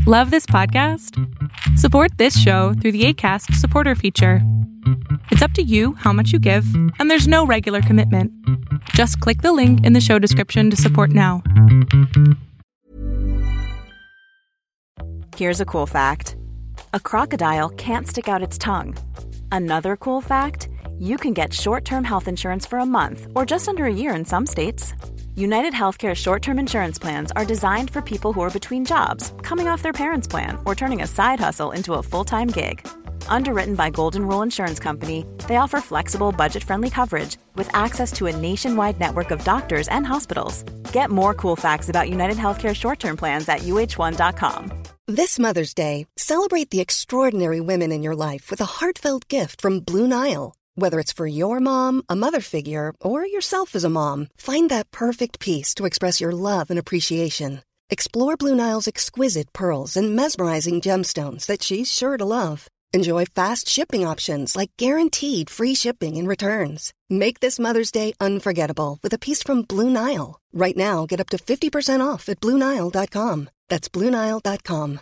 Love this podcast? Support this show through the Acast supporter feature. It's up to you how much you give, and there's no regular commitment. Just click the link in the show description to support now. Here's a cool fact. A crocodile can't stick out its tongue. Another cool fact, you can get short-term health insurance for a month or just under a year in some states. United Healthcare short-term insurance plans are designed for people who are between jobs, coming off their parents' plan, or turning a side hustle into a full-time gig. Underwritten by Golden Rule Insurance Company, they offer flexible, budget-friendly coverage with access to a nationwide network of doctors and hospitals. Get more cool facts about United Healthcare short-term plans at uh1.com. This Mother's Day, celebrate the extraordinary women in your life with a heartfelt gift from Blue Nile. Whether it's for your mom, a mother figure, or yourself as a mom, find that perfect piece to express your love and appreciation. Explore Blue Nile's exquisite pearls and mesmerizing gemstones that she's sure to love. Enjoy fast shipping options like guaranteed free shipping and returns. Make this Mother's Day unforgettable with a piece from Blue Nile. Right now, get up to 50% off at BlueNile.com. That's BlueNile.com.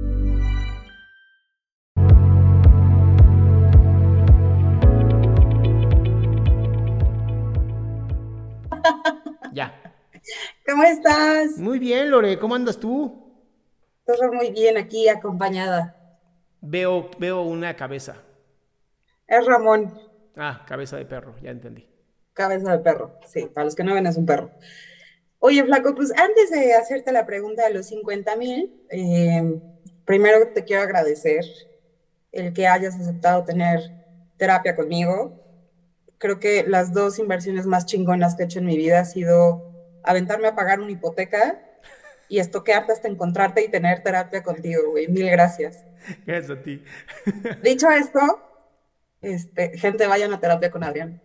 Ya. ¿Cómo estás? Muy bien, Lore, ¿cómo andas tú? Todo muy bien aquí, acompañada. Veo una cabeza. Es Ramón, Ah, cabeza de perro, ya entendí. cabeza de perro. Sí, para los que no ven es un perro. Oye, Flaco, pues antes de hacerte la pregunta de los 50,000, primero te quiero agradecer el que hayas aceptado tener terapia conmigo. Creo que las dos inversiones más chingonas que he hecho en mi vida ha sido aventarme a pagar una hipoteca y estoquearte hasta encontrarte y tener terapia contigo, güey. Mil gracias. Gracias a ti. Dicho esto, gente, vayan a terapia con Adrián.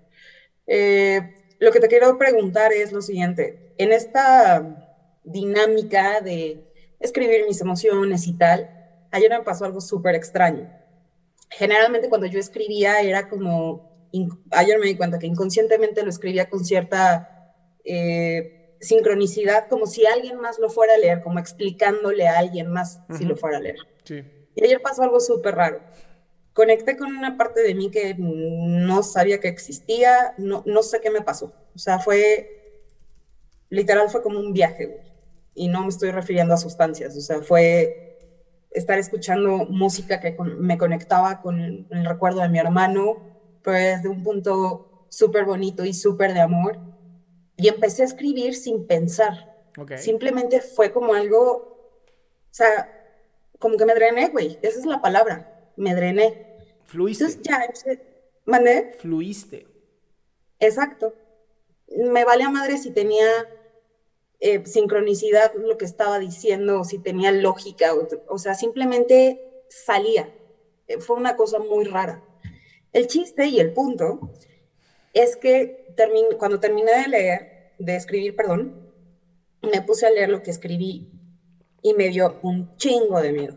Lo que te quiero preguntar es lo siguiente. En esta dinámica de escribir mis emociones y tal, ayer me pasó algo súper extraño. Generalmente cuando yo escribía era como... Ayer me di cuenta que inconscientemente lo escribía con cierta sincronicidad, como si alguien más lo fuera a leer, como explicándole a alguien más si lo fuera a leer. Sí. Y ayer pasó algo súper raro. Conecté con una parte de mí que no sabía que existía, no sé qué me pasó. O sea, literal fue como un viaje, güey. Y no me estoy refiriendo a sustancias, o sea, fue estar escuchando música que me conectaba con el recuerdo de mi hermano, pero desde un punto súper bonito y súper de amor. Y empecé a escribir sin pensar. Okay. Simplemente fue como algo, o sea, como que me drené, güey. Esa es la palabra, me drené. Fluiste. Entonces ya, ¿mandé? Fluiste. Exacto. Me valía madre si tenía sincronicidad lo que estaba diciendo, o si tenía lógica, o sea, simplemente salía. Fue una cosa muy rara. El chiste y el punto es que cuando terminé de escribir, me puse a leer lo que escribí y me dio un chingo de miedo.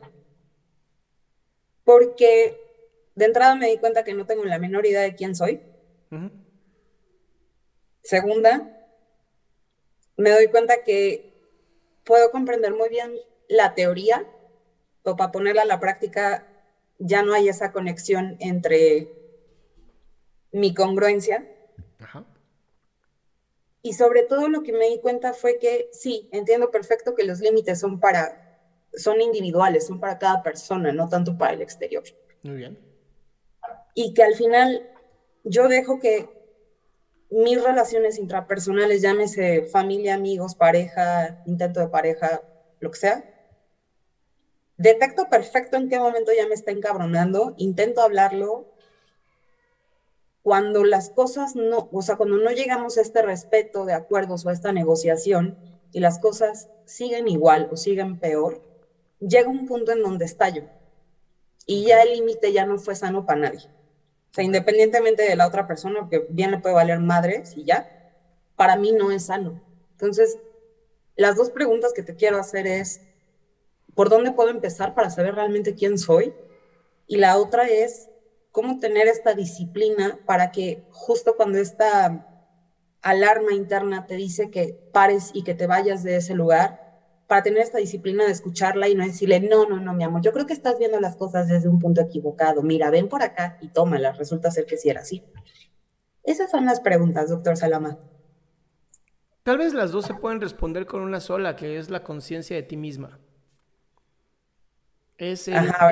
Porque de entrada me di cuenta que no tengo la menor idea de quién soy. Uh-huh. Segunda, me doy cuenta que puedo comprender muy bien la teoría, pero para ponerla a la práctica ya no hay esa conexión entre mi congruencia. Ajá. Y sobre todo lo que me di cuenta fue que sí, entiendo perfecto que los límites son individuales, son para cada persona, no tanto para el exterior. Muy bien. Y que al final yo dejo que mis relaciones intrapersonales, llámese familia, amigos, pareja, intento de pareja, lo que sea, detecto perfecto en qué momento ya me está encabronando, intento hablarlo. Cuando las cosas cuando no llegamos a este respeto de acuerdos o a esta negociación y las cosas siguen igual o siguen peor, llega un punto en donde estallo y ya el límite ya no fue sano para nadie. O sea, independientemente de la otra persona, porque bien le puede valer madres y ya, para mí no es sano. Entonces, las dos preguntas que te quiero hacer es, ¿por dónde puedo empezar para saber realmente quién soy? Y la otra es, ¿cómo tener esta disciplina para que justo cuando esta alarma interna te dice que pares y que te vayas de ese lugar, para tener esta disciplina de escucharla y no decirle, no, mi amor, yo creo que estás viendo las cosas desde un punto equivocado. Mira, ven por acá y tómalas. Resulta ser que sí era así. Esas son las preguntas, doctor Salama. Tal vez las dos se pueden responder con una sola, que es la conciencia de ti misma. Es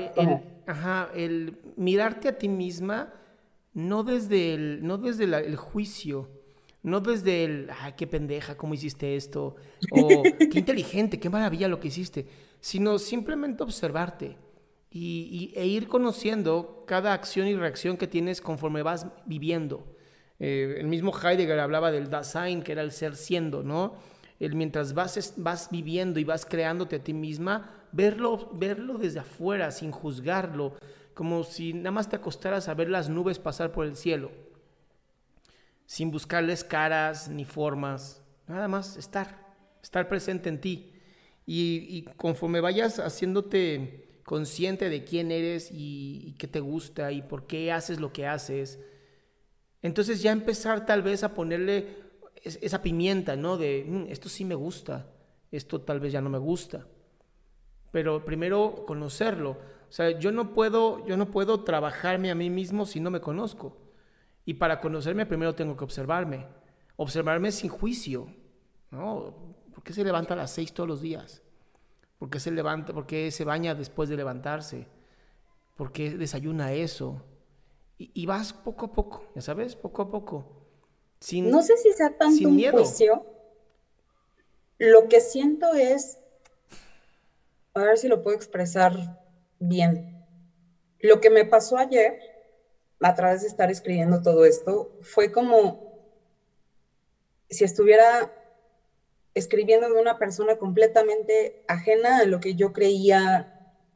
el mirarte a ti misma no desde el juicio, no desde ay, qué pendeja, cómo hiciste esto, o qué inteligente, qué maravilla lo que hiciste, sino simplemente observarte e ir conociendo cada acción y reacción que tienes conforme vas viviendo. El mismo Heidegger hablaba del Dasein, que era el ser siendo, ¿no? Mientras vas viviendo y vas creándote a ti misma, verlo desde afuera, sin juzgarlo, como si nada más te acostaras a ver las nubes pasar por el cielo, sin buscarles caras ni formas, nada más estar presente en ti. Y conforme vayas haciéndote consciente de quién eres y qué te gusta y por qué haces lo que haces, entonces ya empezar tal vez a ponerle esa pimienta, ¿no? De esto sí me gusta, esto tal vez ya no me gusta. Pero primero conocerlo. O sea, yo no puedo trabajarme a mí mismo si no me conozco. Y para conocerme primero tengo que observarme sin juicio, ¿no? ¿Por qué se levanta a las 6 todos los días? ¿Por qué se baña después de levantarse? ¿Por qué desayuna eso? Y vas poco a poco, ya sabes, poco a poco. No sé si sea tanto un juicio. Lo que siento es, a ver si lo puedo expresar bien. Lo que me pasó ayer, a través de estar escribiendo todo esto, fue como si estuviera escribiendo de una persona completamente ajena a lo que yo creía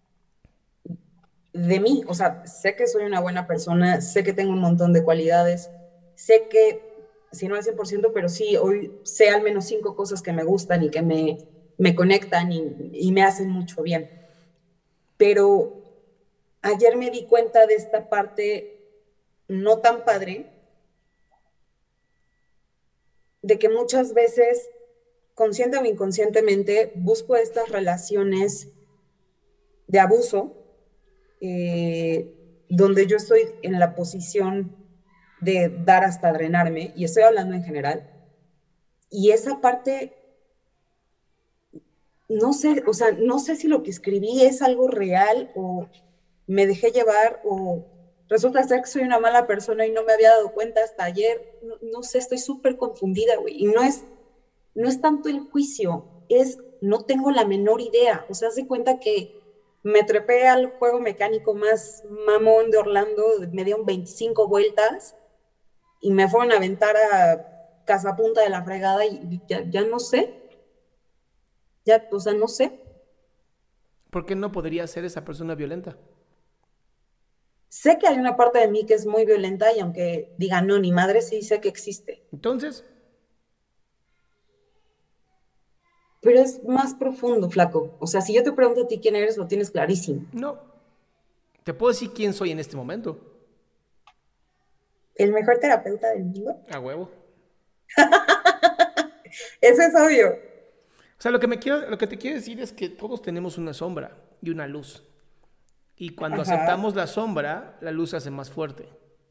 de mí. O sea, sé que soy una buena persona, sé que tengo un montón de cualidades, sé que, si no al 100%, pero sí, hoy sé al menos 5 cosas que me gustan y que me conectan y me hacen mucho bien. Pero ayer me di cuenta de esta parte no tan padre, de que muchas veces, consciente o inconscientemente, busco estas relaciones de abuso, donde yo estoy en la posición de dar hasta drenarme, y estoy hablando en general, y esa parte, no sé, o sea, no sé si lo que escribí es algo real o me dejé llevar o resulta ser que soy una mala persona y no me había dado cuenta hasta ayer. No sé, estoy súper confundida, güey, y no es tanto el juicio, no tengo la menor idea. O sea, haz de cuenta que me trepé al juego mecánico más mamón de Orlando, me dieron 25 vueltas y me fueron a aventar a Casapunta de la fregada y ya no sé. O sea, no sé. ¿Por qué no podría ser esa persona violenta? Sé que hay una parte de mí que es muy violenta y aunque diga no, ni madre, sí sé que existe. Entonces, pero es más profundo, flaco. O sea, si yo te pregunto a ti quién eres, lo tienes clarísimo. no. Te puedo decir quién soy en este momento. ¿El mejor terapeuta del mundo? A huevo. Eso es obvio. O sea, lo que te quiero decir es que todos tenemos una sombra y una luz. Y cuando aceptamos la sombra, la luz se hace más fuerte.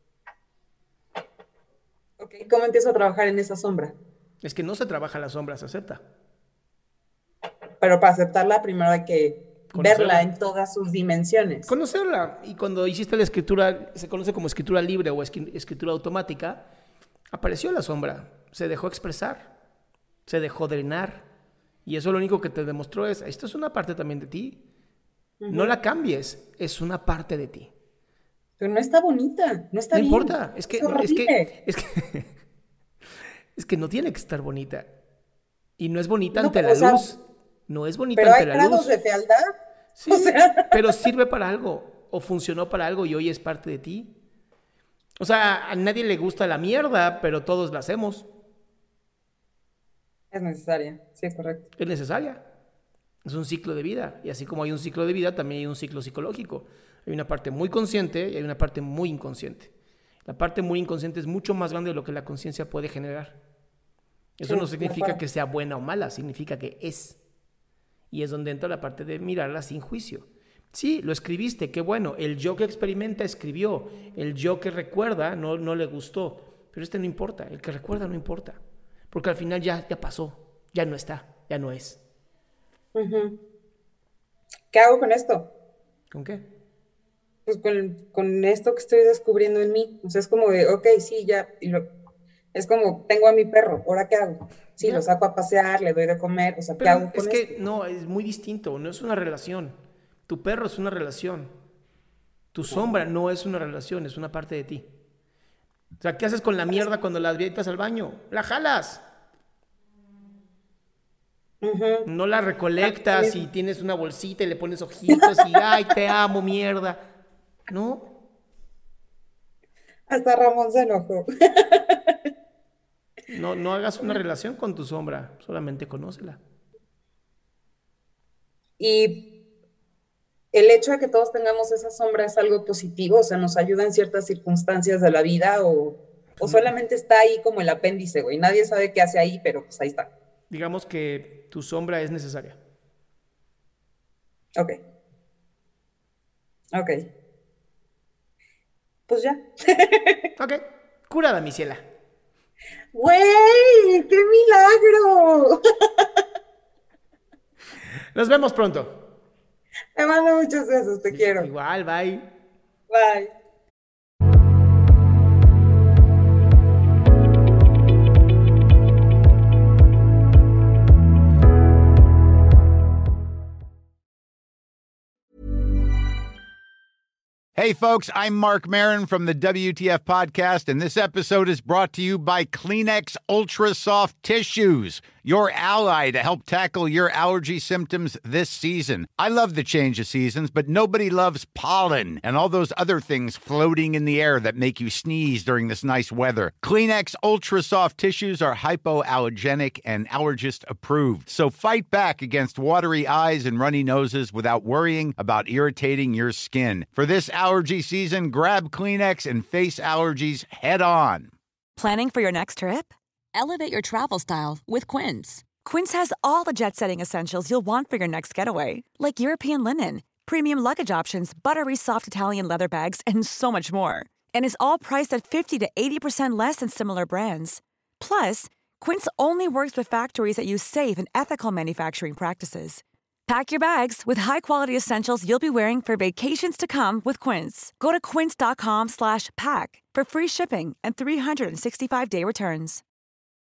Ok, ¿cómo empiezo a trabajar en esa sombra? Es que no se trabaja la sombra, se acepta. Pero para aceptarla, primero hay que Conocerla. verla en todas sus dimensiones. Conocerla. Y cuando hiciste la escritura, se conoce como escritura libre o escritura automática, apareció la sombra, se dejó expresar, se dejó drenar. Y eso lo único que te demostró es, esto es una parte también de ti. Uh-huh. No la cambies, es una parte de ti. Pero no está bonita, no está bien. No importa, es que no tiene que estar bonita. Y no es bonita ante la luz. No es bonita ante la luz. ¿Pero hay grados de fealdad? Sí, pero sirve para algo, o funcionó para algo y hoy es parte de ti. O sea, a nadie le gusta la mierda, pero todos la hacemos. Es necesaria, sí, correcto. Es necesaria. Es un ciclo de vida. Y así como hay un ciclo de vida, también hay un ciclo psicológico. Hay una parte muy consciente y hay una parte muy inconsciente. La parte muy inconsciente es mucho más grande de lo que la conciencia puede generar. Eso no significa que sea buena o mala, significa que es. Y es donde entra la parte de mirarla sin juicio. Sí, lo escribiste, qué bueno. El yo que experimenta escribió. El yo que recuerda no le gustó. Pero no importa. El que recuerda no importa. Porque al final ya pasó. Ya no está. Ya no es. Uh-huh. ¿Qué hago con esto? ¿Con qué? Pues con esto que estoy descubriendo en mí. O sea, es como de, ok, sí, ya. Es como, tengo a mi perro, ¿ahora qué hago? Sí, lo saco a pasear, le doy de comer. O sea, ¿qué hago con esto? No, es muy distinto. No es una relación. Tu perro es una relación. Tu sombra no es una relación, es una parte de ti. O sea, ¿qué haces con la mierda cuando la avientas al baño? ¡La jalas! Uh-huh. No la recolectas y tienes una bolsita y le pones ojitos y ¡ay, te amo, mierda! No. Hasta Ramón se enojó. No hagas una relación con tu sombra, solamente conócela. Y el hecho de que todos tengamos esa sombra es algo positivo, o sea, nos ayuda en ciertas circunstancias de la vida o solamente está ahí como el apéndice, güey. Nadie sabe qué hace ahí, pero pues ahí está. Digamos que tu sombra es necesaria. Ok. Pues ya. Ok. Curada, mi ciela. ¡Güey! ¡Qué milagro! Nos vemos pronto. Te mando muchos besos, te quiero. Igual, bye. Bye. Hey, folks, I'm Mark Maron from the WTF Podcast, and this episode is brought to you by Kleenex Ultra Soft Tissues, your ally to help tackle your allergy symptoms this season. I love the change of seasons, but nobody loves pollen and all those other things floating in the air that make you sneeze during this nice weather. Kleenex Ultra Soft Tissues are hypoallergenic and allergist approved, so fight back against watery eyes and runny noses without worrying about irritating your skin. For this allergy season, grab Kleenex and face allergies head on. Planning for your next trip? Elevate your travel style with Quince. Quince has all the jet-setting essentials you'll want for your next getaway, like European linen, premium luggage options, buttery soft Italian leather bags, and so much more. And is all priced at 50 to 80% less than similar brands. Plus, Quince only works with factories that use safe and ethical manufacturing practices. Pack your bags with high-quality essentials you'll be wearing for vacations to come with Quince. Go to quince.com/pack for free shipping and 365-day returns.